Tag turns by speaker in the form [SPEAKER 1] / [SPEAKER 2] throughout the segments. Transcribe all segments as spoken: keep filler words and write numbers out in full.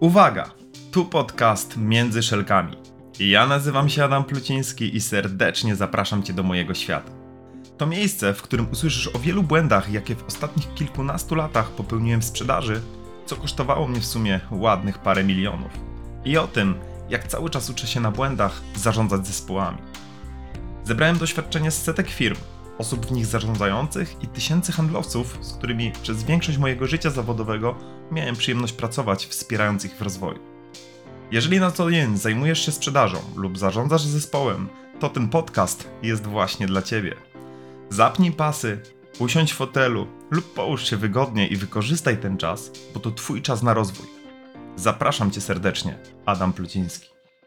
[SPEAKER 1] Uwaga! Tu podcast Między Szelkami. Ja nazywam się Adam Pluciński i serdecznie zapraszam Cię do mojego świata. To miejsce, w którym usłyszysz o wielu błędach, jakie w ostatnich kilkunastu latach popełniłem w sprzedaży, co kosztowało mnie w sumie ładnych parę milionów. I o tym, jak cały czas uczę się na błędach zarządzać zespołami. Zebrałem doświadczenie z setek firm, osób w nich zarządzających i tysięcy handlowców, z którymi przez większość mojego życia zawodowego miałem przyjemność pracować, wspierając ich w rozwoju. Jeżeli na co dzień zajmujesz się sprzedażą lub zarządzasz zespołem, to ten podcast jest właśnie dla Ciebie. Zapnij pasy, usiądź w fotelu lub połóż się wygodnie i wykorzystaj ten czas, bo to Twój czas na rozwój. Zapraszam Cię serdecznie, Adam Pluciński.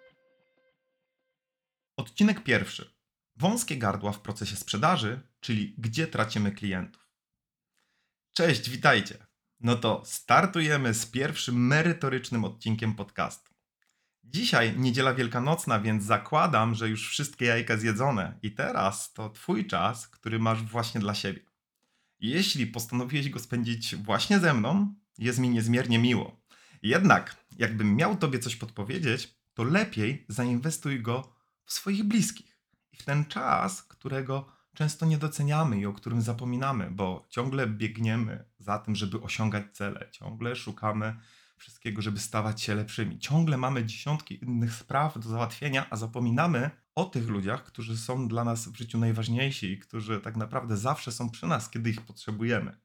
[SPEAKER 1] Odcinek pierwszy. Wąskie gardła w procesie sprzedaży, czyli gdzie tracimy klientów. Cześć, witajcie. No to startujemy z pierwszym merytorycznym odcinkiem podcastu. Dzisiaj niedziela wielkanocna, więc zakładam, że już wszystkie jajka zjedzone i teraz to Twój czas, który masz właśnie dla siebie. Jeśli postanowiłeś go spędzić właśnie ze mną, jest mi niezmiernie miło. Jednak, jakbym miał Tobie coś podpowiedzieć, to lepiej zainwestuj go w swoich bliskich. I w ten czas, którego często nie doceniamy i o którym zapominamy, bo ciągle biegniemy za tym, żeby osiągać cele, ciągle szukamy wszystkiego, żeby stawać się lepszymi. Ciągle mamy dziesiątki innych spraw do załatwienia, a zapominamy o tych ludziach, którzy są dla nas w życiu najważniejsi i którzy tak naprawdę zawsze są przy nas, kiedy ich potrzebujemy.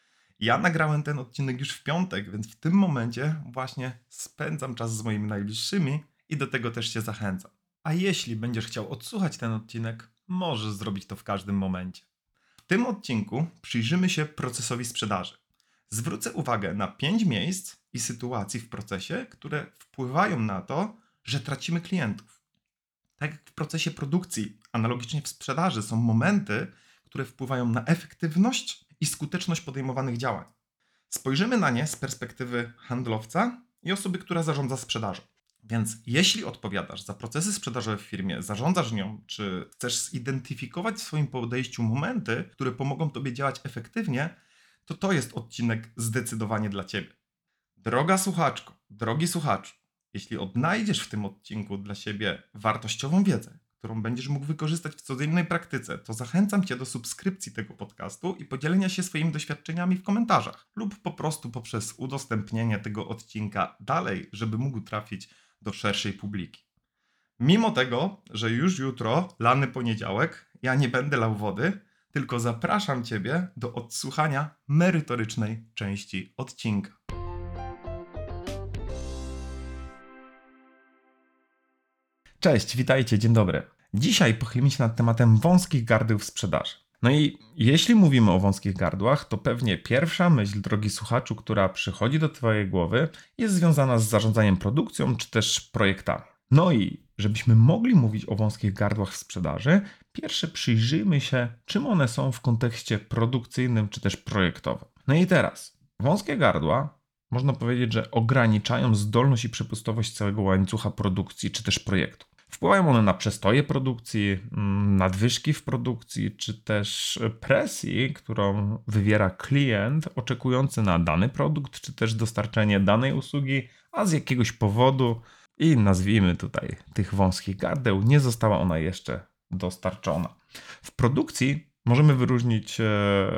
[SPEAKER 1] Ja nagrałem ten odcinek już w piątek, więc w tym momencie właśnie spędzam czas z moimi najbliższymi i do tego też Cię zachęcam. A jeśli będziesz chciał odsłuchać ten odcinek, możesz zrobić to w każdym momencie. W tym odcinku przyjrzymy się procesowi sprzedaży. Zwrócę uwagę na pięć miejsc i sytuacji w procesie, które wpływają na to, że tracimy klientów. Tak jak w procesie produkcji, analogicznie w sprzedaży są momenty, które wpływają na efektywność i skuteczność podejmowanych działań. Spojrzymy na nie z perspektywy handlowca i osoby, która zarządza sprzedażą. Więc jeśli odpowiadasz za procesy sprzedażowe w firmie, zarządzasz nią, czy chcesz zidentyfikować w swoim podejściu momenty, które pomogą Tobie działać efektywnie, to to jest odcinek zdecydowanie dla Ciebie. Droga słuchaczko, drogi słuchaczu, jeśli odnajdziesz w tym odcinku dla siebie wartościową wiedzę, którą będziesz mógł wykorzystać w codziennej praktyce, to zachęcam Cię do subskrypcji tego podcastu i podzielenia się swoimi doświadczeniami w komentarzach lub po prostu poprzez udostępnienie tego odcinka dalej, żeby mógł trafić do szerszej publiki. Mimo tego, że już jutro, lany poniedziałek, ja nie będę lał wody, tylko zapraszam Ciebie do odsłuchania merytorycznej części odcinka. Cześć, witajcie, dzień dobry. Dzisiaj pochylimy się nad tematem wąskich gardł w sprzedaży. No i jeśli mówimy o wąskich gardłach, to pewnie pierwsza myśl, drogi słuchaczu, która przychodzi do Twojej głowy, jest związana z zarządzaniem produkcją czy też projektami. No i żebyśmy mogli mówić o wąskich gardłach w sprzedaży, pierwsze przyjrzyjmy się, czym one są w kontekście produkcyjnym czy też projektowym. No i teraz, wąskie gardła, można powiedzieć, że ograniczają zdolność i przepustowość całego łańcucha produkcji czy też projektu. Wpływają one na przestoje produkcji, nadwyżki w produkcji, czy też presji, którą wywiera klient oczekujący na dany produkt, czy też dostarczenie danej usługi, a z jakiegoś powodu, i nazwijmy tutaj tych wąskich gardeł, nie została ona jeszcze dostarczona. W produkcji możemy wyróżnić e,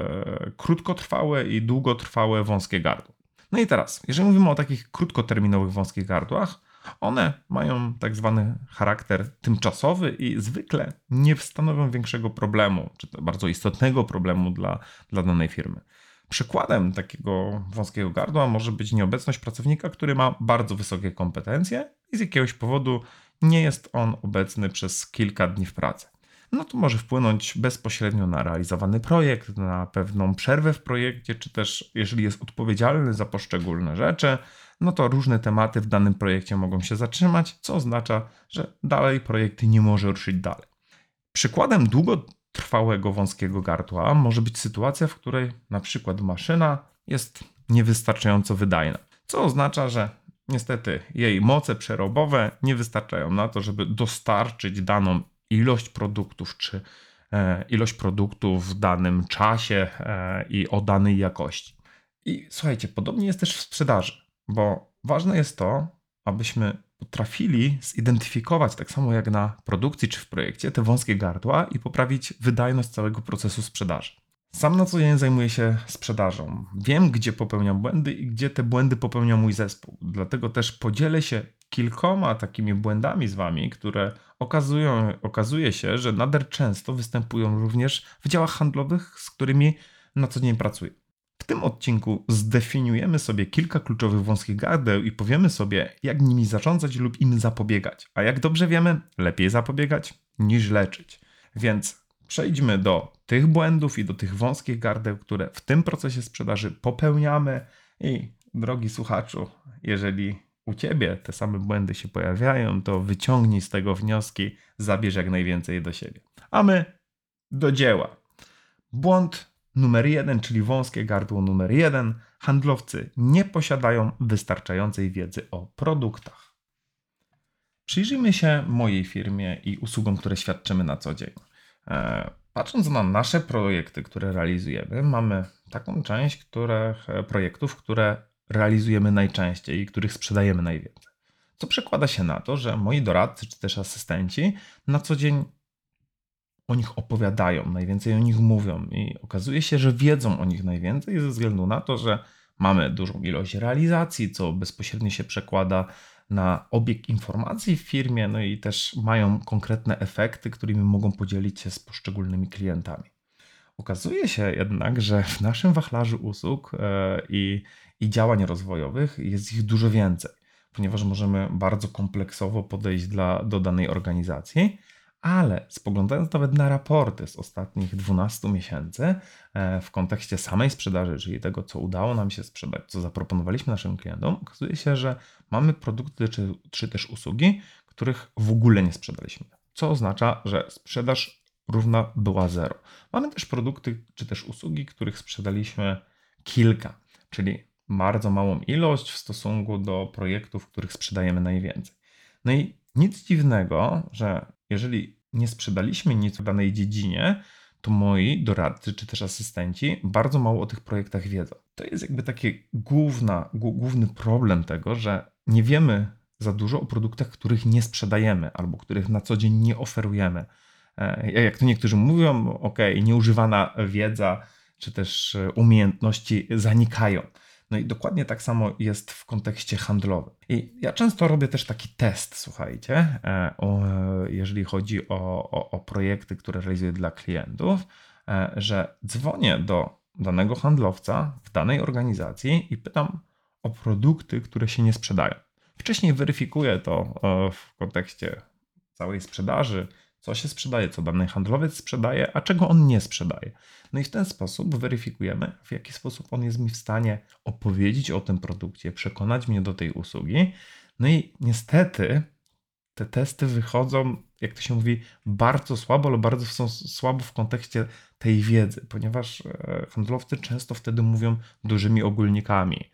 [SPEAKER 1] krótkotrwałe i długotrwałe wąskie gardła. No i teraz, jeżeli mówimy o takich krótkoterminowych wąskich gardłach, one mają tak zwany charakter tymczasowy i zwykle nie stanowią większego problemu, czy to bardzo istotnego problemu dla, dla danej firmy. Przykładem takiego wąskiego gardła może być nieobecność pracownika, który ma bardzo wysokie kompetencje i z jakiegoś powodu nie jest on obecny przez kilka dni w pracy. No to może wpłynąć bezpośrednio na realizowany projekt, na pewną przerwę w projekcie, czy też jeżeli jest odpowiedzialny za poszczególne rzeczy, no to różne tematy w danym projekcie mogą się zatrzymać, co oznacza, że dalej projekt nie może ruszyć dalej. Przykładem długotrwałego wąskiego gardła może być sytuacja, w której na przykład maszyna jest niewystarczająco wydajna, co oznacza, że niestety jej moce przerobowe nie wystarczają na to, żeby dostarczyć daną ilość produktów, czy e, ilość produktów w danym czasie e, i o danej jakości. I słuchajcie, podobnie jest też w sprzedaży, bo Ważne jest to, abyśmy potrafili zidentyfikować, tak samo jak na produkcji czy w projekcie, te wąskie gardła i poprawić wydajność całego procesu sprzedaży. Sam na co dzień zajmuję się sprzedażą. Wiem, gdzie popełniam błędy i gdzie te błędy popełnia mój zespół. Dlatego też podzielę się kilkoma takimi błędami z Wami, które okazują, okazuje się, że nader często występują również w działach handlowych, z którymi na co dzień pracuję. W tym odcinku zdefiniujemy sobie kilka kluczowych wąskich gardeł i powiemy sobie, jak nimi zarządzać lub im zapobiegać. A jak dobrze wiemy, lepiej zapobiegać niż leczyć. Więc przejdźmy do tych błędów i do tych wąskich gardeł, które w tym procesie sprzedaży popełniamy. I drogi słuchaczu, jeżeli u Ciebie te same błędy się pojawiają, to wyciągnij z tego wnioski, zabierz jak najwięcej do siebie. A my do dzieła. Błąd numer jeden, czyli wąskie gardło numer jeden. Handlowcy nie posiadają wystarczającej wiedzy o produktach. Przyjrzyjmy się mojej firmie i usługom, które świadczymy na co dzień. Patrząc na nasze projekty, które realizujemy, mamy taką część które, projektów, które realizujemy najczęściej i których sprzedajemy najwięcej. Co przekłada się na to, że moi doradcy czy też asystenci na co dzień o nich opowiadają, najwięcej o nich mówią i okazuje się, że wiedzą o nich najwięcej ze względu na to, że mamy dużą ilość realizacji, co bezpośrednio się przekłada na obieg informacji w firmie, no i też mają konkretne efekty, którymi mogą podzielić się z poszczególnymi klientami. Okazuje się jednak, że w naszym wachlarzu usług i, i działań rozwojowych jest ich dużo więcej, ponieważ możemy bardzo kompleksowo podejść dla, do danej organizacji, ale spoglądając nawet na raporty z ostatnich dwunastu miesięcy w kontekście samej sprzedaży, czyli tego, co udało nam się sprzedać, co zaproponowaliśmy naszym klientom, okazuje się, że mamy produkty czy, czy też usługi, których w ogóle nie sprzedaliśmy. Co oznacza, że sprzedaż równa była zero. Mamy też produkty czy też usługi, których sprzedaliśmy kilka, czyli bardzo małą ilość w stosunku do projektów, których sprzedajemy najwięcej. No i nic dziwnego, że jeżeli nie sprzedaliśmy nic w danej dziedzinie, to moi doradcy czy też asystenci bardzo mało o tych projektach wiedzą. To jest jakby taki główna, główny problem tego, że nie wiemy za dużo o produktach, których nie sprzedajemy albo których na co dzień nie oferujemy. Jak to niektórzy mówią, ok, nieużywana wiedza czy też umiejętności zanikają. No i dokładnie tak samo jest w kontekście handlowym. I ja często robię też taki test, słuchajcie, jeżeli chodzi o, o, o projekty, które realizuję dla klientów, że dzwonię do danego handlowca w danej organizacji i pytam o produkty, które się nie sprzedają. Wcześniej weryfikuję to w kontekście całej sprzedaży, co się sprzedaje, co dany handlowiec sprzedaje, a czego on nie sprzedaje. No i w ten sposób weryfikujemy, w jaki sposób on jest mi w stanie opowiedzieć o tym produkcie, przekonać mnie do tej usługi. No i niestety te testy wychodzą, jak to się mówi, bardzo słabo, ale bardzo są słabo w kontekście tej wiedzy, ponieważ handlowcy często wtedy mówią dużymi ogólnikami.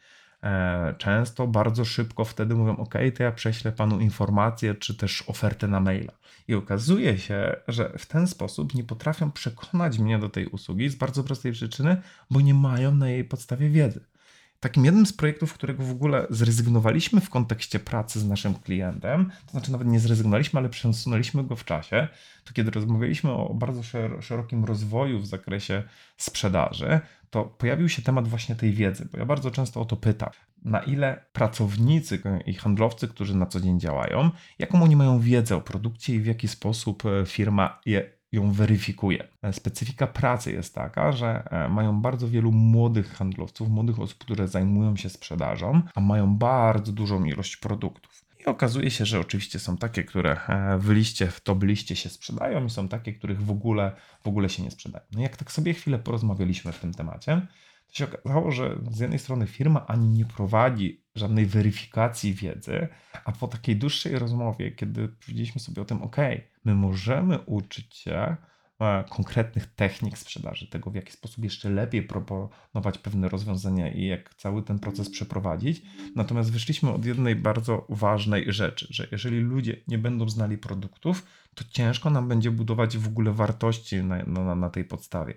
[SPEAKER 1] Często bardzo szybko wtedy mówią, ok, to ja prześlę panu informację, czy też ofertę na maila. I okazuje się, że w ten sposób nie potrafią przekonać mnie do tej usługi z bardzo prostej przyczyny, bo nie mają na jej podstawie wiedzy. Takim jednym z projektów, którego w ogóle zrezygnowaliśmy w kontekście pracy z naszym klientem, to znaczy nawet nie zrezygnowaliśmy, ale przesunęliśmy go w czasie, to kiedy rozmawialiśmy o bardzo szerokim rozwoju w zakresie sprzedaży, to pojawił się temat właśnie tej wiedzy, bo ja bardzo często o to pytam, na ile pracownicy i handlowcy, którzy na co dzień działają, jaką oni mają wiedzę o produkcie i w jaki sposób firma je ją weryfikuje. Specyfika pracy jest taka, że mają bardzo wielu młodych handlowców, młodych osób, które zajmują się sprzedażą, a mają bardzo dużą ilość produktów. I okazuje się, że oczywiście są takie, które w liście, w top liście się sprzedają i są takie, których w ogóle, w ogóle się nie sprzedają. No jak tak sobie chwilę porozmawialiśmy w tym temacie, to się okazało, że z jednej strony firma ani nie prowadzi żadnej weryfikacji wiedzy, a po takiej dłuższej rozmowie, kiedy powiedzieliśmy sobie o tym, ok, my możemy uczyć się konkretnych technik sprzedaży, tego w jaki sposób jeszcze lepiej proponować pewne rozwiązania i jak cały ten proces przeprowadzić. Natomiast wyszliśmy od jednej bardzo ważnej rzeczy, że jeżeli ludzie nie będą znali produktów, to ciężko nam będzie budować w ogóle wartości na, na, na tej podstawie.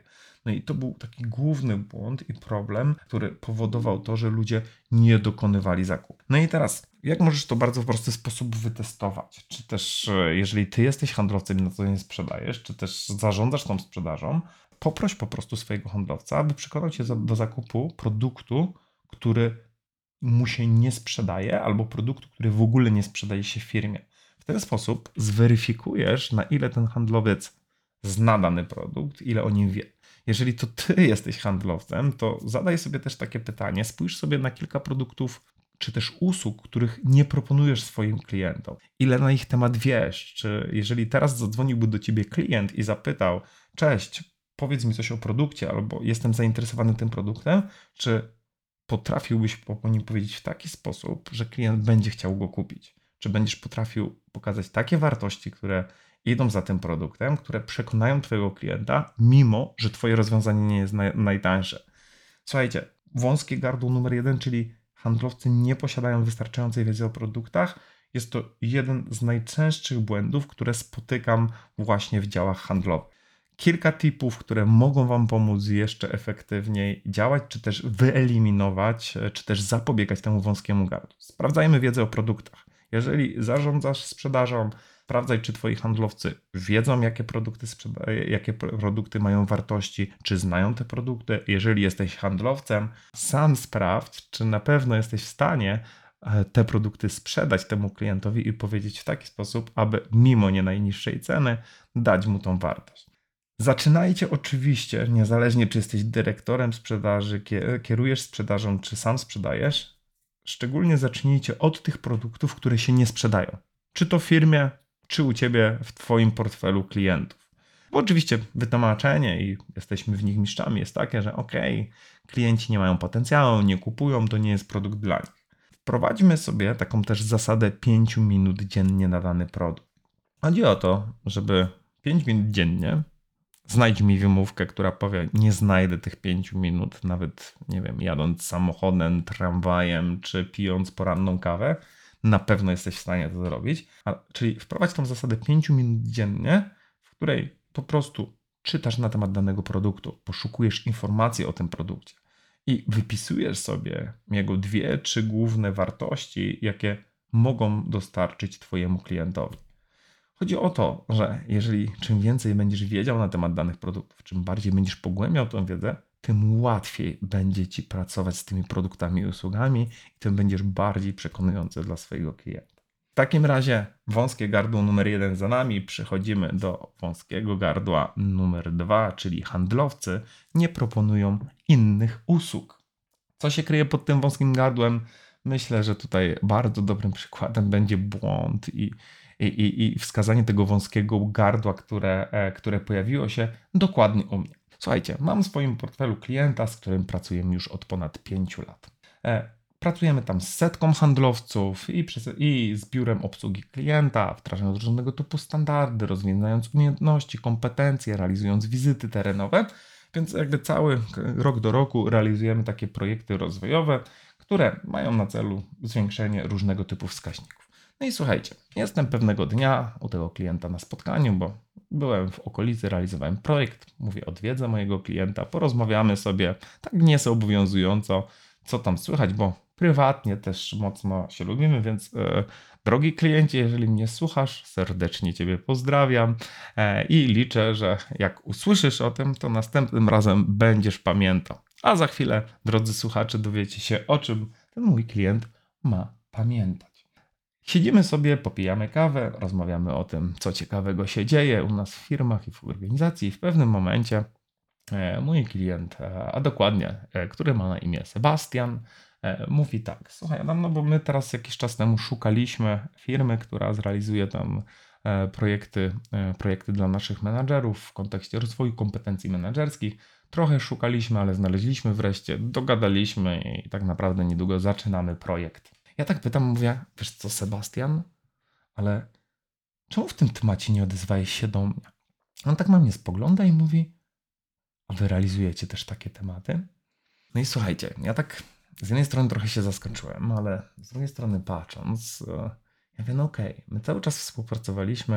[SPEAKER 2] No i to był taki główny błąd i problem, który powodował to, że ludzie nie dokonywali zakupu. No i teraz, jak możesz to bardzo w prosty sposób wytestować? Czy też, e, jeżeli ty jesteś handlowcem i na co nie sprzedajesz, czy też zarządzasz tą sprzedażą, poproś po prostu swojego handlowca, aby przekonał cię za- do zakupu produktu, który mu się nie sprzedaje, albo produktu, który w ogóle nie sprzedaje się w firmie. W ten sposób zweryfikujesz, na ile ten handlowiec zna dany produkt, ile o nim wie. Jeżeli to ty jesteś handlowcem, to zadaj sobie też takie pytanie, spójrz sobie na kilka produktów czy też usług, których nie proponujesz swoim klientom. Ile na ich temat wiesz? Czy jeżeli teraz zadzwoniłby do ciebie klient i zapytał: cześć, powiedz mi coś o produkcie, albo jestem zainteresowany tym produktem, czy potrafiłbyś po nim powiedzieć w taki sposób, że klient będzie chciał go kupić? Czy będziesz potrafił pokazać takie wartości, które idą za tym produktem, które przekonają twojego klienta, mimo że twoje rozwiązanie nie jest naj, najtańsze? Słuchajcie, wąskie gardło numer jeden, czyli handlowcy nie posiadają wystarczającej wiedzy o produktach. Jest to jeden z najczęstszych błędów, które spotykam właśnie w działach handlowych. Kilka tipów, które mogą wam pomóc jeszcze efektywniej działać, czy też wyeliminować, czy też zapobiegać temu wąskiemu gardłu. Sprawdzajmy wiedzę o produktach. Jeżeli zarządzasz sprzedażą, sprawdzaj, czy twoi handlowcy wiedzą, jakie produkty, sprzeda- jakie produkty mają wartości, czy znają te produkty. Jeżeli jesteś handlowcem, sam sprawdź, czy na pewno jesteś w stanie e, te produkty sprzedać temu klientowi i powiedzieć w taki sposób, aby mimo nie najniższej ceny dać mu tą wartość. Zaczynajcie oczywiście, niezależnie czy jesteś dyrektorem sprzedaży, kierujesz sprzedażą, czy sam sprzedajesz, szczególnie zacznijcie od tych produktów, które się nie sprzedają. Czy to w firmie, czy u ciebie w twoim portfelu klientów. Bo oczywiście wytłumaczenie i jesteśmy w nich mistrzami jest takie, że okej, klienci nie mają potencjału, nie kupują, to nie jest produkt dla nich. Wprowadźmy sobie taką też zasadę pięć minut dziennie na dany produkt. Chodzi o to, żeby pięć minut dziennie znajdź mi wymówkę, która powie: nie znajdę tych pięciu minut, nawet, nie wiem, jadąc samochodem, tramwajem, czy pijąc poranną kawę, na pewno jesteś w stanie to zrobić. A, czyli wprowadź tą zasadę pięciu minut dziennie, w której po prostu czytasz na temat danego produktu, poszukujesz informacji o tym produkcie i wypisujesz sobie jego dwie, trzy główne wartości, jakie mogą dostarczyć twojemu klientowi. Chodzi o to, że jeżeli czym więcej będziesz wiedział na temat danych produktów, czym bardziej będziesz pogłębiał tę wiedzę, tym łatwiej będzie ci pracować z tymi produktami i usługami i tym będziesz bardziej przekonujący dla swojego klienta. W takim razie wąskie gardło numer jeden za nami, przechodzimy do wąskiego gardła numer dwa, czyli handlowcy nie proponują innych usług. Co się kryje pod tym wąskim gardłem? Myślę, że tutaj bardzo dobrym przykładem będzie błąd i i, i, i wskazanie tego wąskiego gardła, które, e, które pojawiło się dokładnie u mnie. Słuchajcie, mam w swoim portfelu klienta, z którym pracujemy już od ponad pięciu lat. E, Pracujemy tam z setką handlowców i, przez, i z biurem obsługi klienta, wdrażając różnego typu standardy, rozwijając umiejętności, kompetencje, realizując wizyty terenowe. Więc jakby cały rok do roku realizujemy takie projekty rozwojowe, które mają na celu zwiększenie różnego typu wskaźników. No i słuchajcie, jestem pewnego dnia u tego klienta na spotkaniu, bo byłem w okolicy, realizowałem projekt, mówię, odwiedzę mojego klienta, porozmawiamy sobie tak niezobowiązująco, co tam słychać, bo prywatnie też mocno się lubimy, więc e, drogi kliencie, jeżeli mnie słuchasz, serdecznie Ciebie pozdrawiam e, i liczę, że jak usłyszysz o tym, to następnym razem będziesz pamiętał. A za chwilę, drodzy słuchacze, dowiecie się, o czym ten mój klient ma pamiętać. Siedzimy sobie, popijamy kawę, rozmawiamy o tym, co ciekawego się dzieje u nas w firmach i w organizacji. W pewnym momencie e, mój klient, e, a dokładnie, e, który ma na imię Sebastian, e, mówi tak: słuchaj Adam, no bo my teraz jakiś czas temu szukaliśmy firmy, która zrealizuje tam e, projekty, e, projekty dla naszych menadżerów w kontekście rozwoju kompetencji menedżerskich. Trochę szukaliśmy, ale znaleźliśmy wreszcie, dogadaliśmy i tak naprawdę niedługo zaczynamy projekt. Ja tak pytam, mówię: wiesz co, Sebastian, ale czemu w tym temacie nie odezwałeś się do mnie? On tak na mnie spogląda i mówi: a wy realizujecie też takie tematy? No i słuchajcie, ja tak z jednej strony trochę się zaskoczyłem, ale z drugiej strony patrząc, ja mówię, no okej, okay, my cały czas współpracowaliśmy,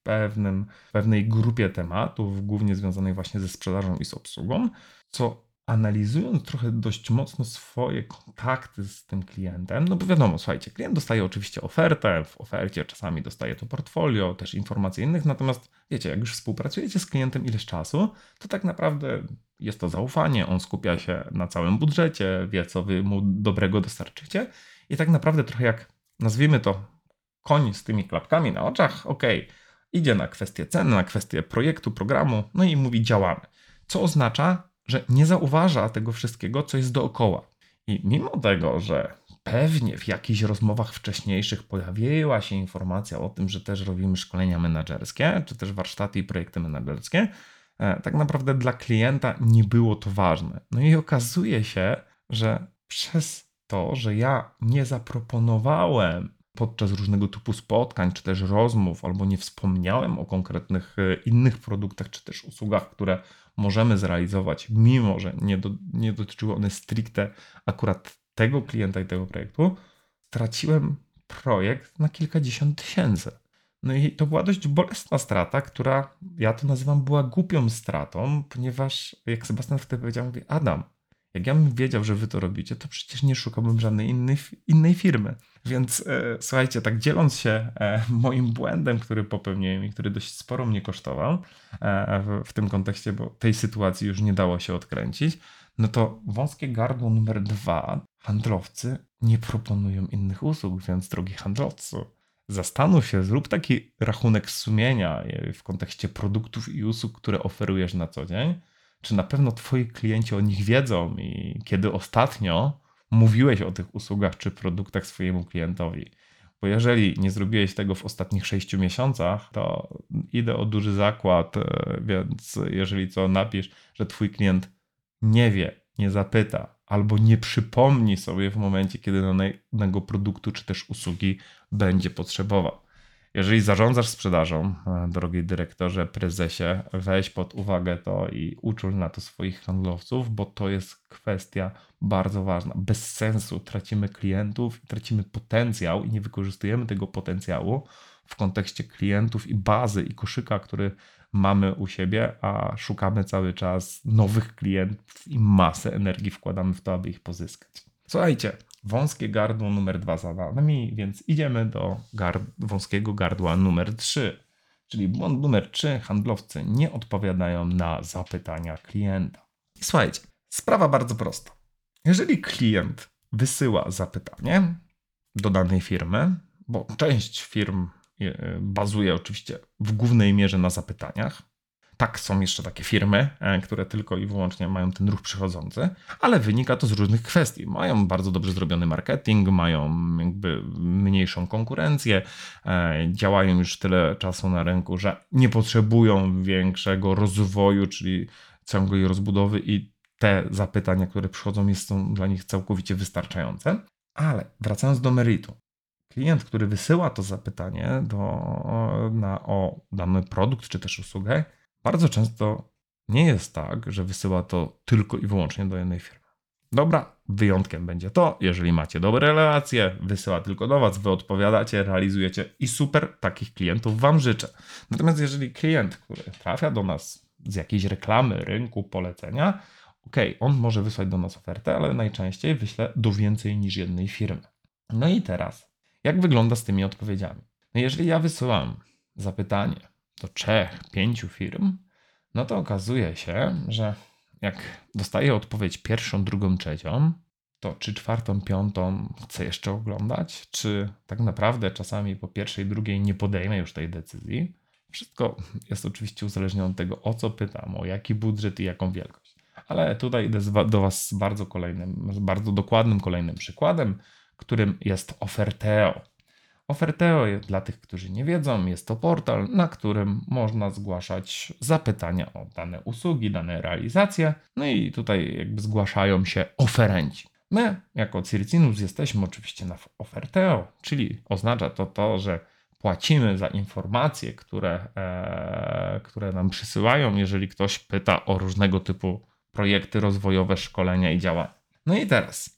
[SPEAKER 2] pewnym, pewnej grupie tematów, głównie związanej właśnie ze sprzedażą i z obsługą, co analizując trochę dość mocno swoje kontakty z tym klientem, no bo wiadomo, słuchajcie, klient dostaje oczywiście ofertę, w ofercie czasami dostaje to portfolio, też informacje innych, natomiast wiecie, jak już współpracujecie z klientem ileś czasu, to tak naprawdę jest to zaufanie, on skupia się na całym budżecie, wie co wy mu dobrego dostarczycie i tak naprawdę trochę jak, nazwijmy to, koń z tymi klapkami na oczach, okej, idzie na kwestię ceny, na kwestię projektu, programu, no i mówi działamy. Co oznacza, że nie zauważa tego wszystkiego, co jest dookoła. I mimo tego, że pewnie w jakichś rozmowach wcześniejszych pojawiła się informacja o tym, że też robimy szkolenia menedżerskie, czy też warsztaty i projekty menedżerskie, tak naprawdę dla klienta nie było to ważne. No i okazuje się, że przez to, że ja nie zaproponowałem podczas różnego typu spotkań, czy też rozmów, albo nie wspomniałem o konkretnych innych produktach, czy też usługach, które możemy zrealizować, mimo że nie, do, nie dotyczyły one stricte akurat tego klienta i tego projektu, straciłem projekt na kilkadziesiąt tysięcy. No i to była dość bolesna strata, która, ja to nazywam, była głupią stratą, ponieważ jak Sebastian wtedy powiedział, mówi, Adam, jak ja bym wiedział, że wy to robicie, to przecież nie szukałbym żadnej innej, innej firmy. Więc e, słuchajcie, tak dzieląc się e, moim błędem, który popełniłem i który dość sporo mnie kosztował e, w, w tym kontekście, bo tej sytuacji już nie dało się odkręcić, no to wąskie gardło numer dwa, handlowcy nie proponują innych usług, więc drogi handlowcu, zastanów się, zrób taki rachunek sumienia w kontekście produktów i usług, które oferujesz na co dzień. Czy na pewno twoi klienci o nich wiedzą i kiedy ostatnio mówiłeś o tych usługach czy produktach swojemu klientowi? Bo jeżeli nie zrobiłeś tego w ostatnich sześciu miesiącach, to idę o duży zakład, więc jeżeli co, napisz, że twój klient nie wie, nie zapyta albo nie przypomni sobie w momencie, kiedy danego produktu czy też usługi będzie potrzebował. Jeżeli zarządzasz sprzedażą, drogi dyrektorze, prezesie, weź pod uwagę to i uczul na to swoich handlowców, bo to jest kwestia bardzo ważna. Bez sensu tracimy klientów, tracimy potencjał i nie wykorzystujemy tego potencjału w kontekście klientów i bazy i koszyka, który mamy u siebie, a szukamy cały czas nowych klientów i masę energii wkładamy w to, aby ich pozyskać. Słuchajcie, wąskie gardło numer dwa za nami, więc idziemy do gard- wąskiego gardła numer trzy. Czyli błąd numer trzy, handlowcy nie odpowiadają na zapytania klienta. I słuchajcie, sprawa bardzo prosta. Jeżeli klient wysyła zapytanie do danej firmy, bo część firm bazuje oczywiście w głównej mierze na zapytaniach. Tak, są jeszcze takie firmy, które tylko i wyłącznie mają ten ruch przychodzący, ale wynika to z różnych kwestii. Mają bardzo dobrze zrobiony marketing, mają jakby mniejszą konkurencję, działają już tyle czasu na rynku, że nie potrzebują większego rozwoju, czyli ciągłej rozbudowy i te zapytania, które przychodzą, są dla nich całkowicie wystarczające. Ale wracając do meritum. Klient, który wysyła to zapytanie do, na, o dany produkt czy też usługę, bardzo często nie jest tak, że wysyła to tylko i wyłącznie do jednej firmy. Dobra, wyjątkiem będzie to, jeżeli macie dobre relacje, wysyła tylko do was, wy odpowiadacie, realizujecie i super, takich klientów wam życzę. Natomiast jeżeli klient, który trafia do nas z jakiejś reklamy, rynku, polecenia, okej, okay, on może wysłać do nas ofertę, ale najczęściej wyśle do więcej niż jednej firmy. No i teraz, jak wygląda z tymi odpowiedziami? No jeżeli ja wysyłam zapytanie do trzech, pięciu firm, no to okazuje się, że jak dostaję odpowiedź pierwszą, drugą, trzecią, to czy czwartą, piątą chcę jeszcze oglądać, czy tak naprawdę czasami po pierwszej, drugiej nie podejmę już tej decyzji. Wszystko jest oczywiście uzależnione od tego, o co pytam, o jaki budżet i jaką wielkość. Ale tutaj idę do was z bardzo kolejnym, z bardzo dokładnym kolejnym przykładem, którym jest Offerteo. Offerteo, dla tych, którzy nie wiedzą, jest to portal, na którym można zgłaszać zapytania o dane usługi, dane realizacje. No i tutaj jakby zgłaszają się oferenci. My jako Circinus jesteśmy oczywiście na Offerteo, czyli oznacza to to, że płacimy za informacje, które, e, które nam przysyłają, jeżeli ktoś pyta o różnego typu projekty rozwojowe, szkolenia i działania. No i teraz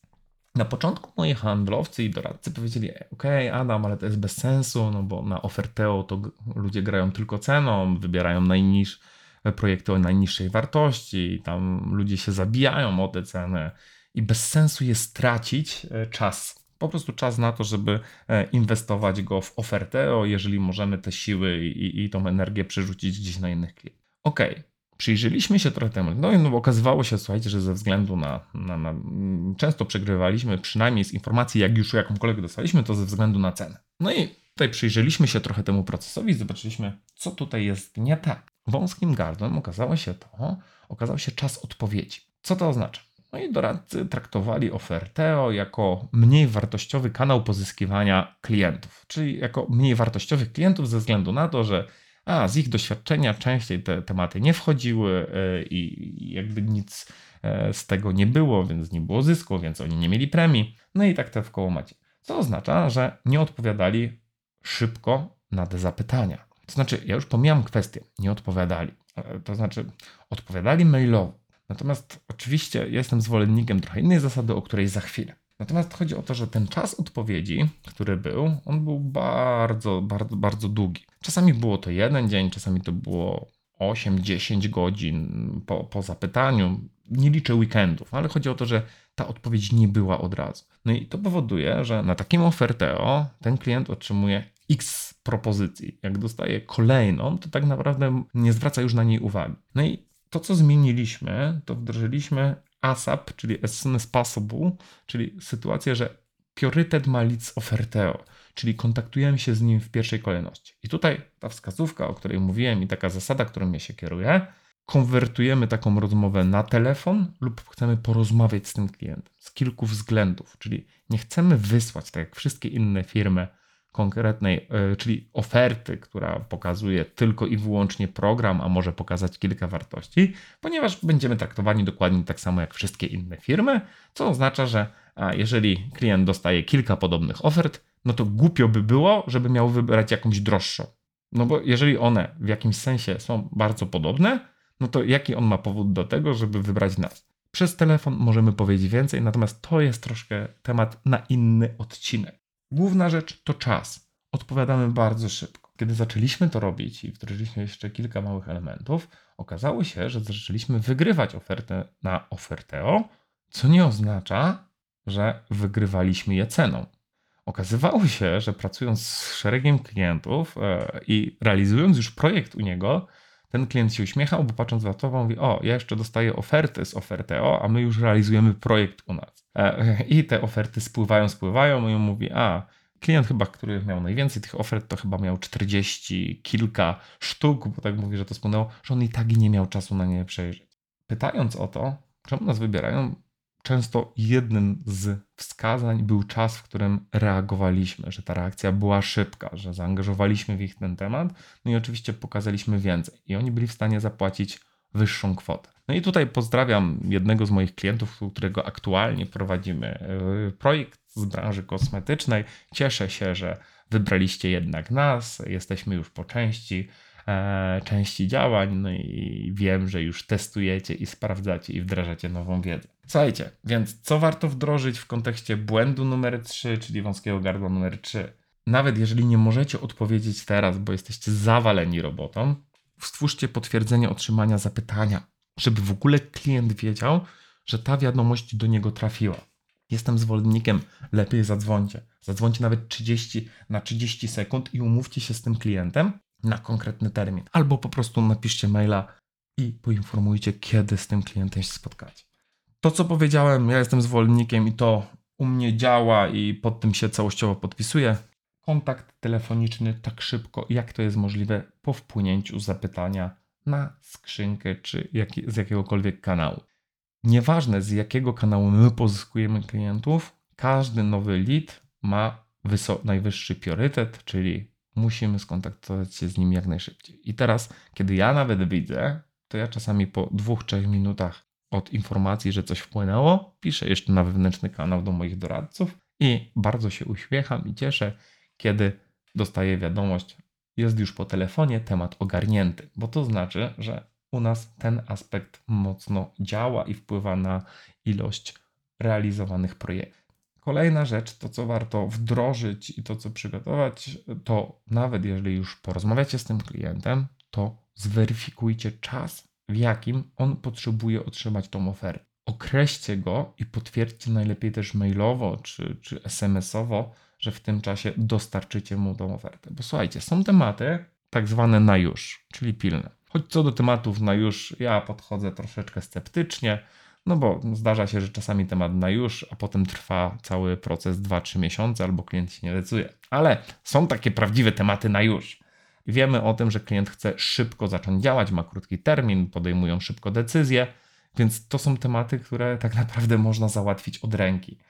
[SPEAKER 2] Na początku moi handlowcy i doradcy powiedzieli: okej, Adam, ale to jest bez sensu, no bo na Oferteo to g- ludzie grają tylko ceną, wybierają najniż, projekty o najniższej wartości, i tam ludzie się zabijają o te ceny i bez sensu jest tracić e, czas. Po prostu czas na to, żeby e, inwestować go w Oferteo, jeżeli możemy te siły i, i tą energię przerzucić gdzieś na innych klientów. Okej, przyjrzeliśmy się trochę temu. No i no, okazywało się, słuchajcie, że ze względu na, na, na. Często przegrywaliśmy, przynajmniej z informacji, jak już jakąkolwiek dostaliśmy, to ze względu na cenę. No i tutaj przyjrzeliśmy się trochę temu procesowi i zobaczyliśmy, co tutaj jest nie tak. Wąskim gardłem okazało się to, okazał się czas odpowiedzi. Co to oznacza? No i doradcy traktowali Oferteo jako mniej wartościowy kanał pozyskiwania klientów, czyli jako mniej wartościowych klientów ze względu na to, że a z ich doświadczenia częściej te tematy nie wchodziły e, i jakby nic e, z tego nie było, więc nie było zysku, więc oni nie mieli premii. No i tak to w koło macie. Co oznacza, że nie odpowiadali szybko na te zapytania. To znaczy, ja już pomijam kwestię, nie odpowiadali. E, To znaczy, odpowiadali mailowo. Natomiast oczywiście jestem zwolennikiem trochę innej zasady, o której za chwilę. Natomiast chodzi o to, że ten czas odpowiedzi, który był, on był bardzo, bardzo, bardzo długi. Czasami było to jeden dzień, czasami to było osiem dziesięć godzin po, po zapytaniu. Nie liczę weekendów, ale chodzi o to, że ta odpowiedź nie była od razu. No i to powoduje, że na takim Oferteo ten klient otrzymuje X propozycji. Jak dostaje kolejną, to tak naprawdę nie zwraca już na niej uwagi. No i to, co zmieniliśmy, to wdrożyliśmy ASAP, czyli as soon as possible, czyli sytuację, że priorytet ma lead z Oferteo, czyli kontaktujemy się z nim w pierwszej kolejności. I tutaj ta wskazówka, o której mówiłem, i taka zasada, którą ja się kieruję, konwertujemy taką rozmowę na telefon lub chcemy porozmawiać z tym klientem z kilku względów, czyli nie chcemy wysłać, tak jak wszystkie inne firmy, konkretnej, yy, czyli oferty, która pokazuje tylko i wyłącznie program, a może pokazać kilka wartości, ponieważ będziemy traktowani dokładnie tak samo jak wszystkie inne firmy, co oznacza, że a jeżeli klient dostaje kilka podobnych ofert, no to głupio by było, żeby miał wybrać jakąś droższą. No bo jeżeli one w jakimś sensie są bardzo podobne, no to jaki on ma powód do tego, żeby wybrać nas? Przez telefon możemy powiedzieć więcej, natomiast to jest troszkę temat na inny odcinek. Główna rzecz to czas. Odpowiadamy bardzo szybko. Kiedy zaczęliśmy to robić i wdrożyliśmy jeszcze kilka małych elementów, okazało się, że zaczęliśmy wygrywać ofertę na Oferteo, co nie oznacza, że wygrywaliśmy je ceną. Okazywało się, że pracując z szeregiem klientów e, i realizując już projekt u niego, ten klient się uśmiechał, bo patrząc na to, mówi: o, ja jeszcze dostaję oferty z Oferteo, a my już realizujemy projekt u nas. E, I te oferty spływają, spływają i on mówi: a, klient chyba, który miał najwięcej tych ofert, to chyba miał czterdzieści kilka sztuk, bo tak mówi, że to spłynęło, że on i tak nie miał czasu na nie przejrzeć. Pytając o to, czemu nas wybierają, często jednym z wskazań był czas, w którym reagowaliśmy, że ta reakcja była szybka, że zaangażowaliśmy w ich ten temat, no i oczywiście pokazaliśmy więcej i oni byli w stanie zapłacić wyższą kwotę. No i tutaj pozdrawiam jednego z moich klientów, u którego aktualnie prowadzimy yy, projekt z branży kosmetycznej. Cieszę się, że wybraliście jednak nas, jesteśmy już po części e, części działań, no i wiem, że już testujecie i sprawdzacie i wdrażacie nową wiedzę. Słuchajcie, więc co warto wdrożyć w kontekście błędu numer trzy, czyli wąskiego gardła numer trzy? Nawet jeżeli nie możecie odpowiedzieć teraz, bo jesteście zawaleni robotą, stwórzcie potwierdzenie otrzymania zapytania, żeby w ogóle klient wiedział, że ta wiadomość do niego trafiła. Jestem zwolennikiem, lepiej zadzwońcie. Zadzwońcie nawet trzydzieści na trzydzieści sekund i umówcie się z tym klientem na konkretny termin. Albo po prostu napiszcie maila i poinformujcie, kiedy z tym klientem się spotkacie. To, co powiedziałem, ja jestem zwolennikiem i to u mnie działa i pod tym się całościowo podpisuję. Kontakt telefoniczny tak szybko, jak to jest możliwe po wpłynięciu zapytania na skrzynkę czy jak, z jakiegokolwiek kanału. Nieważne, z jakiego kanału my pozyskujemy klientów, każdy nowy lead ma wysok- najwyższy priorytet, czyli musimy skontaktować się z nim jak najszybciej. I teraz, kiedy ja nawet widzę, to ja czasami po dwóch, trzech minutach od informacji, że coś wpłynęło, piszę jeszcze na wewnętrzny kanał do moich doradców i bardzo się uśmiecham i cieszę, kiedy dostaję wiadomość: jest już po telefonie, temat ogarnięty, bo to znaczy, że u nas ten aspekt mocno działa i wpływa na ilość realizowanych projektów. Kolejna rzecz, to co warto wdrożyć i to co przygotować, to nawet jeżeli już porozmawiacie z tym klientem, to zweryfikujcie czas, w jakim on potrzebuje otrzymać tą ofertę. Określcie go i potwierdźcie najlepiej też mailowo czy, czy es em esowo, że w tym czasie dostarczycie mu tą ofertę. Bo słuchajcie, są tematy tak zwane na już, czyli pilne. Choć co do tematów na już, ja podchodzę troszeczkę sceptycznie, no bo zdarza się, że czasami temat na już, a potem trwa cały proces dwa trzy miesiące, albo klient się nie decyduje. Ale są takie prawdziwe tematy na już. Wiemy o tym, że klient chce szybko zacząć działać, ma krótki termin, podejmują szybko decyzje, więc to są tematy, które tak naprawdę można załatwić od ręki.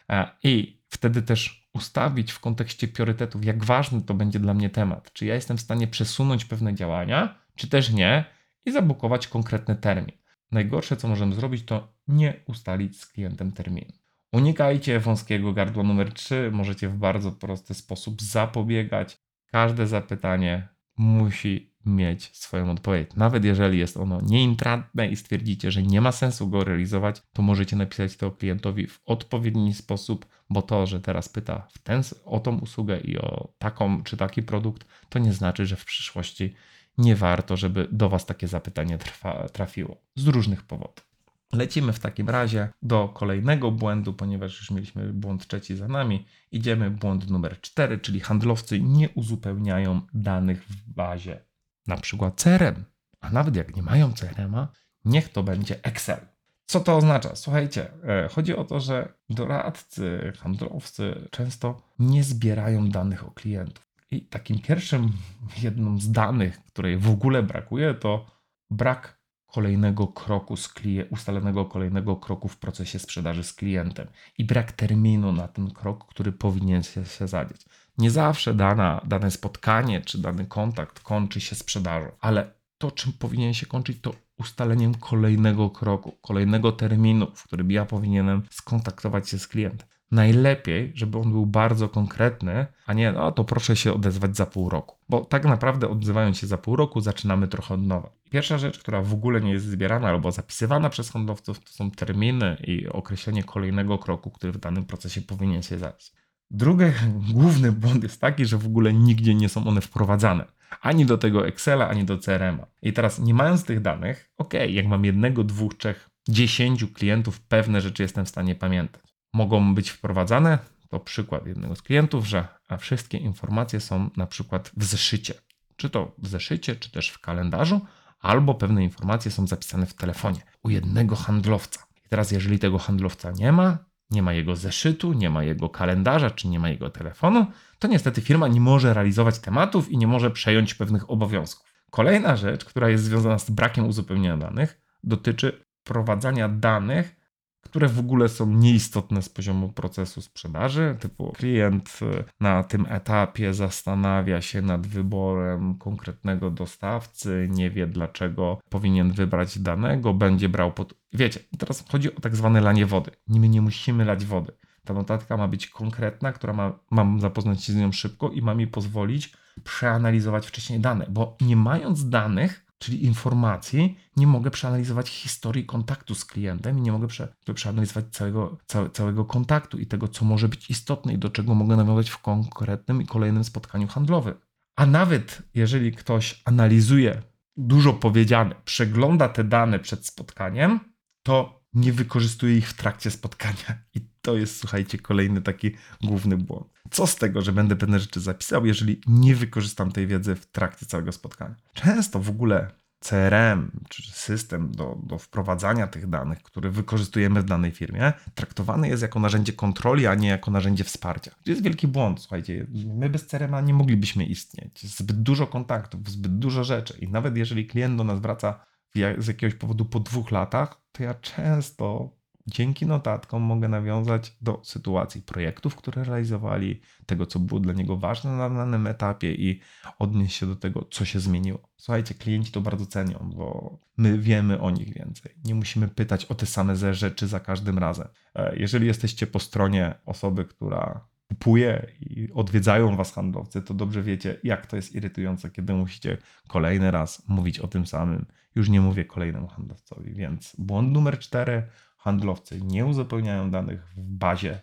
[SPEAKER 2] I wtedy też ustawić w kontekście priorytetów, jak ważny to będzie dla mnie temat. Czy ja jestem w stanie przesunąć pewne działania, czy też nie, i zabukować konkretny termin. Najgorsze, co możemy zrobić, to nie ustalić z klientem terminu. Unikajcie wąskiego gardła numer trzy. Możecie w bardzo prosty sposób zapobiegać. Każde zapytanie musi mieć swoją odpowiedź. Nawet jeżeli jest ono nieintratne i stwierdzicie, że nie ma sensu go realizować, to możecie napisać to klientowi w odpowiedni sposób, bo to, że teraz pyta w ten, o tą usługę i o taką czy taki produkt, to nie znaczy, że w przyszłości nie warto, żeby do Was takie zapytanie trwa, trafiło. Z różnych powodów. Lecimy w takim razie do kolejnego błędu, ponieważ już mieliśmy błąd trzeci za nami. Idziemy błąd numer cztery, czyli handlowcy nie uzupełniają danych w bazie, na przykład C R M. A nawet jak nie mają C R M-a, niech to będzie Excel. Co to oznacza? Słuchajcie, chodzi o to, że doradcy, handlowcy często nie zbierają danych o klientów. I takim pierwszym, jedną z danych, której w ogóle brakuje, to brak kolejnego kroku z klient, ustalonego kolejnego kroku w procesie sprzedaży z klientem i brak terminu na ten krok, który powinien się, się zadziać. Nie zawsze dana, dane spotkanie czy dany kontakt kończy się sprzedażą, ale to, czym powinien się kończyć, to ustaleniem kolejnego kroku, kolejnego terminu, w którym ja powinienem skontaktować się z klientem. Najlepiej, żeby on był bardzo konkretny, a nie, no to proszę się odezwać za pół roku. Bo tak naprawdę odzywając się za pół roku, zaczynamy trochę od nowa. Pierwsza rzecz, która w ogóle nie jest zbierana albo zapisywana przez handlowców, to są terminy i określenie kolejnego kroku, który w danym procesie powinien się zadziać. Drugi główny błąd jest taki, że w ogóle nigdzie nie są one wprowadzane. Ani do tego Excela, ani do C R M-a. I teraz nie mając tych danych, ok, jak mam jednego, dwóch, trzech, dziesięciu klientów, pewne rzeczy jestem w stanie pamiętać. Mogą być wprowadzane, to przykład jednego z klientów, że wszystkie informacje są na przykład w zeszycie. Czy to w zeszycie, czy też w kalendarzu, albo pewne informacje są zapisane w telefonie u jednego handlowca. I teraz jeżeli tego handlowca nie ma, nie ma jego zeszytu, nie ma jego kalendarza, czy nie ma jego telefonu, to niestety firma nie może realizować tematów i nie może przejąć pewnych obowiązków. Kolejna rzecz, która jest związana z brakiem uzupełnienia danych, dotyczy wprowadzania danych, które w ogóle są nieistotne z poziomu procesu sprzedaży, typu klient na tym etapie zastanawia się nad wyborem konkretnego dostawcy, nie wie dlaczego powinien wybrać danego, będzie brał pod... Wiecie, teraz chodzi o tak zwane lanie wody. My nie musimy lać wody. Ta notatka ma być konkretna, która ma, mam zapoznać się z nią szybko i ma mi pozwolić przeanalizować wcześniej dane, bo nie mając danych, czyli informacji, nie mogę przeanalizować historii kontaktu z klientem i nie mogę prze, przeanalizować całego, całe, całego kontaktu i tego, co może być istotne i do czego mogę nawiązać w konkretnym i kolejnym spotkaniu handlowym. A nawet jeżeli ktoś analizuje dużo powiedziane, przegląda te dane przed spotkaniem, to nie wykorzystuje ich w trakcie spotkania. I to jest, słuchajcie, kolejny taki główny błąd. Co z tego, że będę pewne rzeczy zapisał, jeżeli nie wykorzystam tej wiedzy w trakcie całego spotkania? Często w ogóle C R M, czy system do, do wprowadzania tych danych, który wykorzystujemy w danej firmie, traktowany jest jako narzędzie kontroli, a nie jako narzędzie wsparcia. To jest wielki błąd, słuchajcie. My bez C R M-a nie moglibyśmy istnieć. Jest zbyt dużo kontaktów, zbyt dużo rzeczy i nawet jeżeli klient do nas wraca z jakiegoś powodu po dwóch latach, to ja często dzięki notatkom mogę nawiązać do sytuacji projektów, które realizowali, tego, co było dla niego ważne na danym etapie i odnieść się do tego, co się zmieniło. Słuchajcie, klienci to bardzo cenią, bo my wiemy o nich więcej. Nie musimy pytać o te same rzeczy za każdym razem. Jeżeli jesteście po stronie osoby, która kupuje i odwiedzają was handlowcy, to dobrze wiecie, jak to jest irytujące, kiedy musicie kolejny raz mówić o tym samym. Już nie mówię kolejnemu handlowcowi, więc błąd numer cztery. Handlowcy nie uzupełniają danych w bazie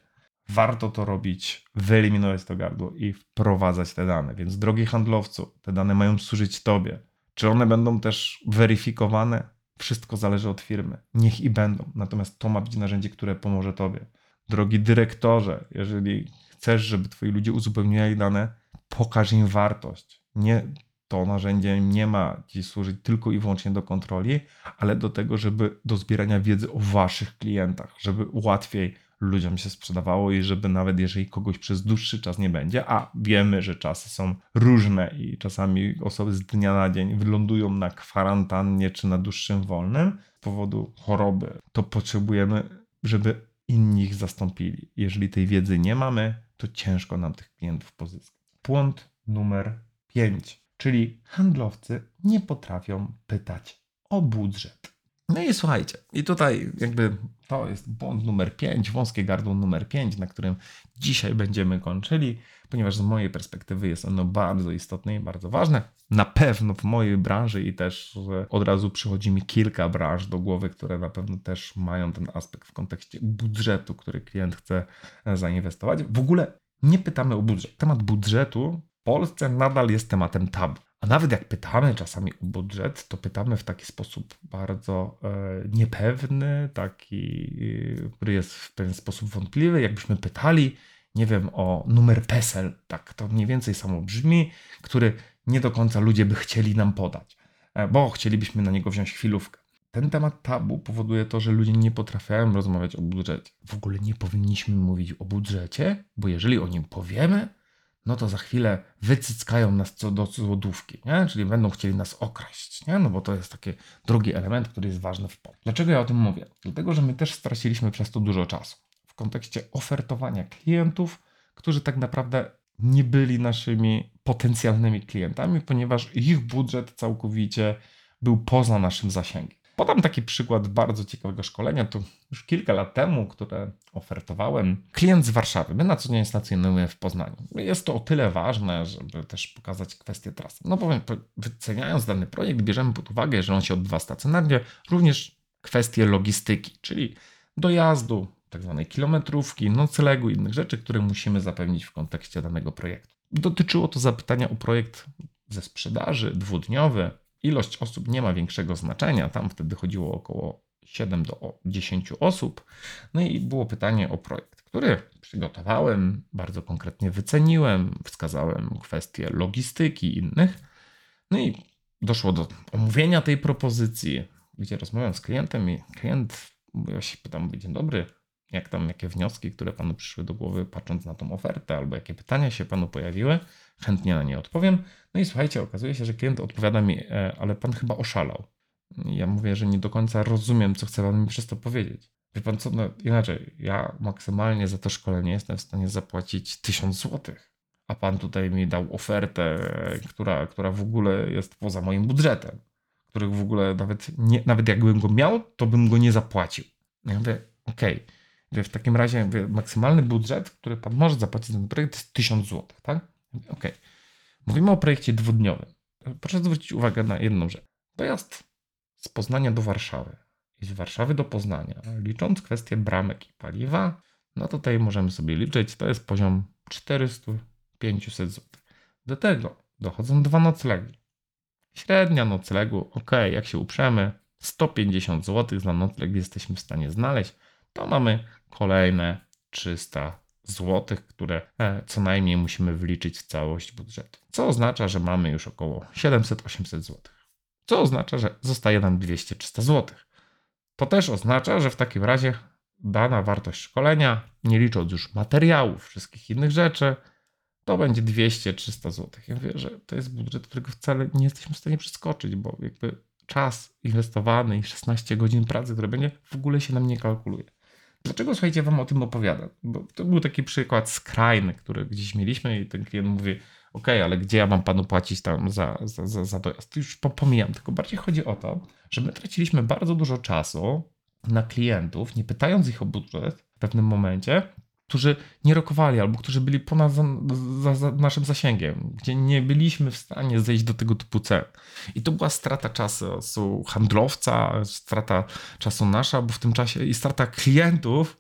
[SPEAKER 2] warto to robić, wyeliminować to gardło i wprowadzać te dane. Więc drogi handlowcu, te dane mają służyć tobie. Czy one będą też weryfikowane? Wszystko zależy od firmy. Niech i będą. Natomiast to ma być narzędzie, które pomoże tobie. Drogi dyrektorze, jeżeli chcesz, żeby twoi ludzie uzupełniali dane, pokaż im wartość. Nie, to narzędzie nie ma ci służyć tylko i wyłącznie do kontroli, ale do tego, żeby do zbierania wiedzy o waszych klientach, żeby łatwiej ludziom się sprzedawało i żeby nawet jeżeli kogoś przez dłuższy czas nie będzie, a wiemy, że czasy są różne i czasami osoby z dnia na dzień wylądują na kwarantannie czy na dłuższym wolnym z powodu choroby, to potrzebujemy, żeby inni ich zastąpili. Jeżeli tej wiedzy nie mamy, to ciężko nam tych klientów pozyskać. Błąd numer pięć, czyli handlowcy nie potrafią pytać o budżet. No i słuchajcie, i tutaj jakby to jest błąd numer pięć, wąskie gardło numer pięć, na którym dzisiaj będziemy kończyli, ponieważ z mojej perspektywy jest ono bardzo istotne i bardzo ważne. Na pewno w mojej branży i też od razu przychodzi mi kilka branż do głowy, które na pewno też mają ten aspekt w kontekście budżetu, który klient chce zainwestować. W ogóle nie pytamy o budżet. Temat budżetu w Polsce nadal jest tematem tabu. A nawet jak pytamy czasami o budżet, to pytamy w taki sposób bardzo e, niepewny, taki, e, który jest w pewien sposób wątpliwy. Jakbyśmy pytali, nie wiem, o numer PESEL, tak to mniej więcej samo brzmi, który nie do końca ludzie by chcieli nam podać, e, bo chcielibyśmy na niego wziąć chwilówkę. Ten temat tabu powoduje to, że ludzie nie potrafią rozmawiać o budżecie. W ogóle nie powinniśmy mówić o budżecie, bo jeżeli o nim powiemy, no to za chwilę wycyckają nas co do złotówki, nie? Czyli będą chcieli nas okraść, nie? No bo to jest taki drugi element, który jest ważny w Polsce. Dlaczego ja o tym mówię? Dlatego, że my też straciliśmy przez to dużo czasu w kontekście ofertowania klientów, którzy tak naprawdę nie byli naszymi potencjalnymi klientami, ponieważ ich budżet całkowicie był poza naszym zasięgiem. Podam taki przykład bardzo ciekawego szkolenia, to już kilka lat temu, które ofertowałem. Klient z Warszawy, my na co dzień stacjonujemy w Poznaniu. Jest to o tyle ważne, żeby też pokazać kwestię trasy. No bo wyceniając dany projekt, bierzemy pod uwagę, że on się odbywa stacjonarnie, również kwestie logistyki, czyli dojazdu, tak zwanej kilometrówki, noclegu i innych rzeczy, które musimy zapewnić w kontekście danego projektu. Dotyczyło to zapytania o projekt ze sprzedaży dwudniowy. Ilość osób nie ma większego znaczenia, tam wtedy chodziło o około siedem do dziesięciu osób. No i było pytanie o projekt, który przygotowałem, bardzo konkretnie wyceniłem, wskazałem kwestie logistyki i innych. No i doszło do omówienia tej propozycji, gdzie rozmawiam z klientem i klient, ja się pytam, dzień dobry, jak tam, jakie wnioski, które panu przyszły do głowy patrząc na tą ofertę, albo jakie pytania się panu pojawiły, chętnie na nie odpowiem. No i słuchajcie, okazuje się, że klient odpowiada mi, e, ale pan chyba oszalał. Ja mówię, że nie do końca rozumiem, co chce pan mi przez to powiedzieć. Wie pan co, no inaczej, ja maksymalnie za to szkolenie jestem w stanie zapłacić tysiąc złotych, a pan tutaj mi dał ofertę, e, która, która w ogóle jest poza moim budżetem, których w ogóle nawet, nie, nawet jakbym go miał, to bym go nie zapłacił. Ja mówię, okej. Okay. W takim razie mówię, maksymalny budżet, który pan może zapłacić za ten projekt, to jest tysiąc złotych, tak? Okej. Okay. Mówimy o projekcie dwudniowym. Proszę zwrócić uwagę na jedną rzecz. Dojazd z Poznania do Warszawy i z Warszawy do Poznania, licząc kwestię bramek i paliwa, no tutaj możemy sobie liczyć, to jest poziom czterysta do pięciuset złotych. Do tego dochodzą dwa noclegi. Średnia noclegu, ok, jak się uprzemy, sto pięćdziesiąt złotych za nocleg jesteśmy w stanie znaleźć. To mamy kolejne trzysta złotych, które co najmniej musimy wliczyć w całość budżetu. Co oznacza, że mamy już około siedemset osiemset złotych. Co oznacza, że zostaje nam dwieście trzysta złotych. To też oznacza, że w takim razie dana wartość szkolenia, nie licząc już materiałów, wszystkich innych rzeczy, to będzie dwieście trzysta złotych. Ja mówię, że to jest budżet, którego wcale nie jesteśmy w stanie przeskoczyć, bo jakby czas inwestowany i szesnaście godzin pracy, które będzie, w ogóle się nam nie kalkuluje. Dlaczego, słuchajcie, wam o tym opowiadam? Bo to był taki przykład skrajny, który gdzieś mieliśmy i ten klient mówi, ok, ale gdzie ja mam panu płacić tam za, za, za, za dojazd? To już pomijam, tylko bardziej chodzi o to, że my traciliśmy bardzo dużo czasu na klientów, nie pytając ich o budżet w pewnym momencie, którzy nie rokowali albo którzy byli ponad za, za, za naszym zasięgiem, gdzie nie byliśmy w stanie zejść do tego typu cen. I to była strata czasu handlowca, strata czasu nasza, bo w tym czasie i strata klientów,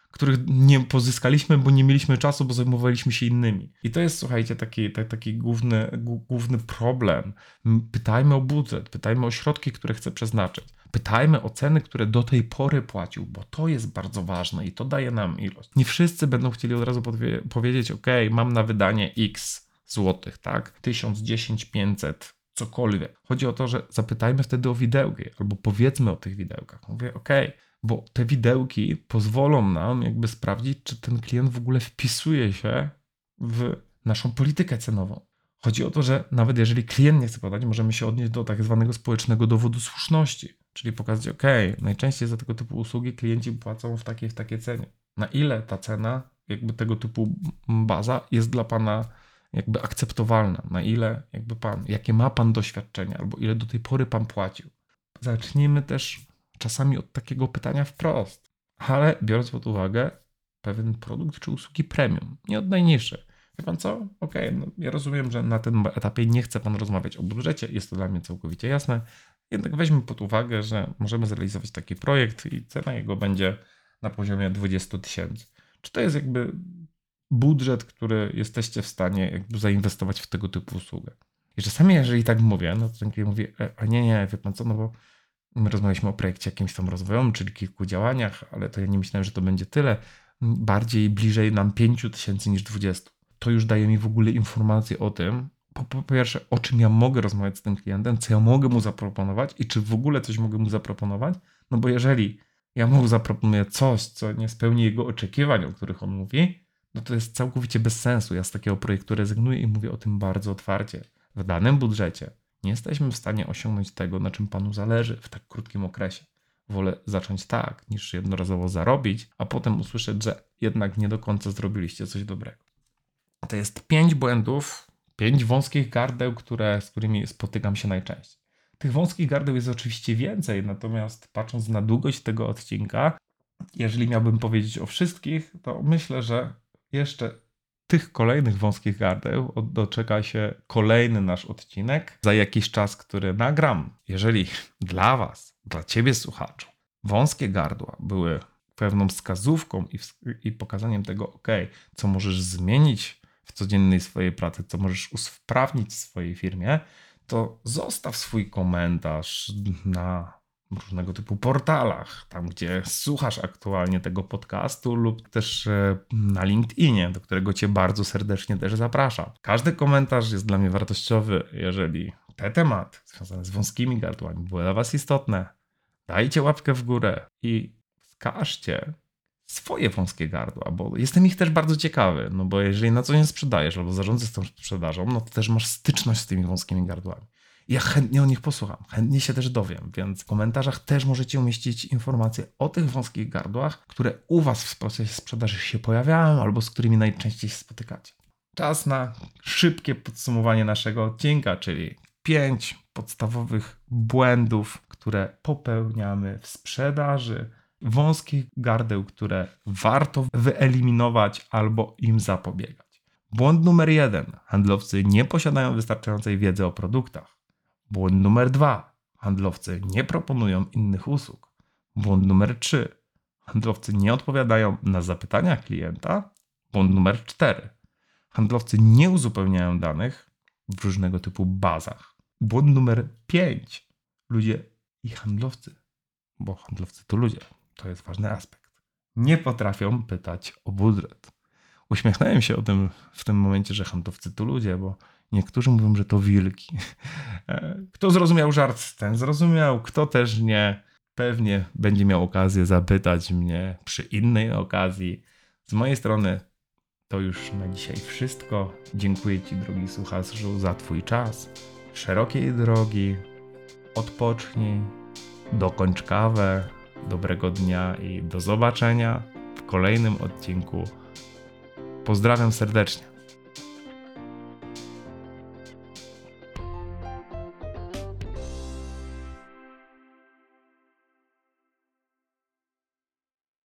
[SPEAKER 2] których nie pozyskaliśmy, bo nie mieliśmy czasu, bo zajmowaliśmy się innymi. I to jest, słuchajcie, taki, taki, taki główny, główny problem. Pytajmy o budżet, pytajmy o środki, które chcę przeznaczyć. Pytajmy o ceny, które do tej pory płacił, bo to jest bardzo ważne i to daje nam ilość. Nie wszyscy będą chcieli od razu podwie- powiedzieć, ok, mam na wydanie x złotych, tak? tysiąc, dziesięć, pięćset, cokolwiek. Chodzi o to, że zapytajmy wtedy o widełki, albo powiedzmy o tych widełkach. Mówię, ok, bo te widełki pozwolą nam jakby sprawdzić, czy ten klient w ogóle wpisuje się w naszą politykę cenową. Chodzi o to, że nawet jeżeli klient nie chce podać, możemy się odnieść do tak zwanego społecznego dowodu słuszności, czyli pokazać, ok, najczęściej za tego typu usługi klienci płacą w takiej w takiej cenie. Na ile ta cena, jakby tego typu baza jest dla Pana jakby akceptowalna, na ile jakby Pan, jakie ma Pan doświadczenia, albo ile do tej pory Pan płacił. Zacznijmy też czasami od takiego pytania wprost, ale biorąc pod uwagę pewien produkt czy usługi premium, nie od najniższych. Wie Pan co? Okej, okay, no ja rozumiem, że na tym etapie nie chce Pan rozmawiać o budżecie, jest to dla mnie całkowicie jasne, jednak weźmy pod uwagę, że możemy zrealizować taki projekt i cena jego będzie na poziomie dwadzieścia tysięcy. Czy to jest jakby budżet, który jesteście w stanie jakby zainwestować w tego typu usługę? I czasami jeżeli tak mówię, no to ten klient mówi, a nie, nie, wie Pan co, no bo my rozmawialiśmy o projekcie jakimś tam rozwojowym, czyli kilku działaniach, ale to ja nie myślałem, że to będzie tyle. Bardziej bliżej nam pięć tysięcy niż dwadzieścia. To już daje mi w ogóle informację o tym, po, po pierwsze, o czym ja mogę rozmawiać z tym klientem, co ja mogę mu zaproponować i czy w ogóle coś mogę mu zaproponować. No bo jeżeli ja mu zaproponuję coś, co nie spełni jego oczekiwań, o których on mówi, no to jest całkowicie bez sensu. Ja z takiego projektu rezygnuję i mówię o tym bardzo otwarcie. W danym budżecie nie jesteśmy w stanie osiągnąć tego, na czym Panu zależy w tak krótkim okresie. Wolę zacząć tak, niż jednorazowo zarobić, a potem usłyszeć, że jednak nie do końca zrobiliście coś dobrego. To jest pięć błędów, pięć wąskich gardeł, które, z którymi spotykam się najczęściej. Tych wąskich gardeł jest oczywiście więcej, natomiast patrząc na długość tego odcinka, jeżeli miałbym powiedzieć o wszystkich, to myślę, że jeszcze tych kolejnych wąskich gardeł doczeka się kolejny nasz odcinek za jakiś czas, który nagram. Jeżeli dla Was, dla Ciebie słuchaczu, wąskie gardła były pewną wskazówką i, i pokazaniem tego, ok, co możesz zmienić w codziennej swojej pracy, co możesz usprawnić w swojej firmie, to zostaw swój komentarz na różnego typu portalach, tam gdzie słuchasz aktualnie tego podcastu lub też na LinkedInie, do którego Cię bardzo serdecznie też zapraszam. Każdy komentarz jest dla mnie wartościowy, jeżeli te tematy związane z wąskimi gardłami były dla Was istotne. Dajcie łapkę w górę i wskażcie swoje wąskie gardła, bo jestem ich też bardzo ciekawy, no bo jeżeli na co nie sprzedajesz albo zarządzasz tą sprzedażą, no to też masz styczność z tymi wąskimi gardłami. Ja chętnie o nich posłucham, chętnie się też dowiem, więc w komentarzach też możecie umieścić informacje o tych wąskich gardłach, które u Was w procesie sprzedaży się pojawiają albo z którymi najczęściej się spotykacie. Czas na szybkie podsumowanie naszego odcinka, czyli pięć podstawowych błędów, które popełniamy w sprzedaży, wąskich gardeł, które warto wyeliminować albo im zapobiegać. Błąd numer jeden. Handlowcy nie posiadają wystarczającej wiedzy o produktach. Błąd numer dwa. Handlowcy nie proponują innych usług. Błąd numer trzy. Handlowcy nie odpowiadają na zapytania klienta. Błąd numer cztery. Handlowcy nie uzupełniają danych w różnego typu bazach. Błąd numer pięć. Ludzie i handlowcy, bo handlowcy to ludzie, to jest ważny aspekt, nie potrafią pytać o budżet. Uśmiechnąłem się o tym w tym momencie, że handlowcy to ludzie, bo niektórzy mówią, że to wilki. Kto zrozumiał żart, ten zrozumiał, kto też nie, pewnie będzie miał okazję zapytać mnie przy innej okazji. Z mojej strony to już na dzisiaj wszystko. Dziękuję Ci, drogi słuchaczu, za Twój czas. Szerokiej drogi, odpocznij, dokończ kawę, dobrego dnia i do zobaczenia w kolejnym odcinku. Pozdrawiam serdecznie.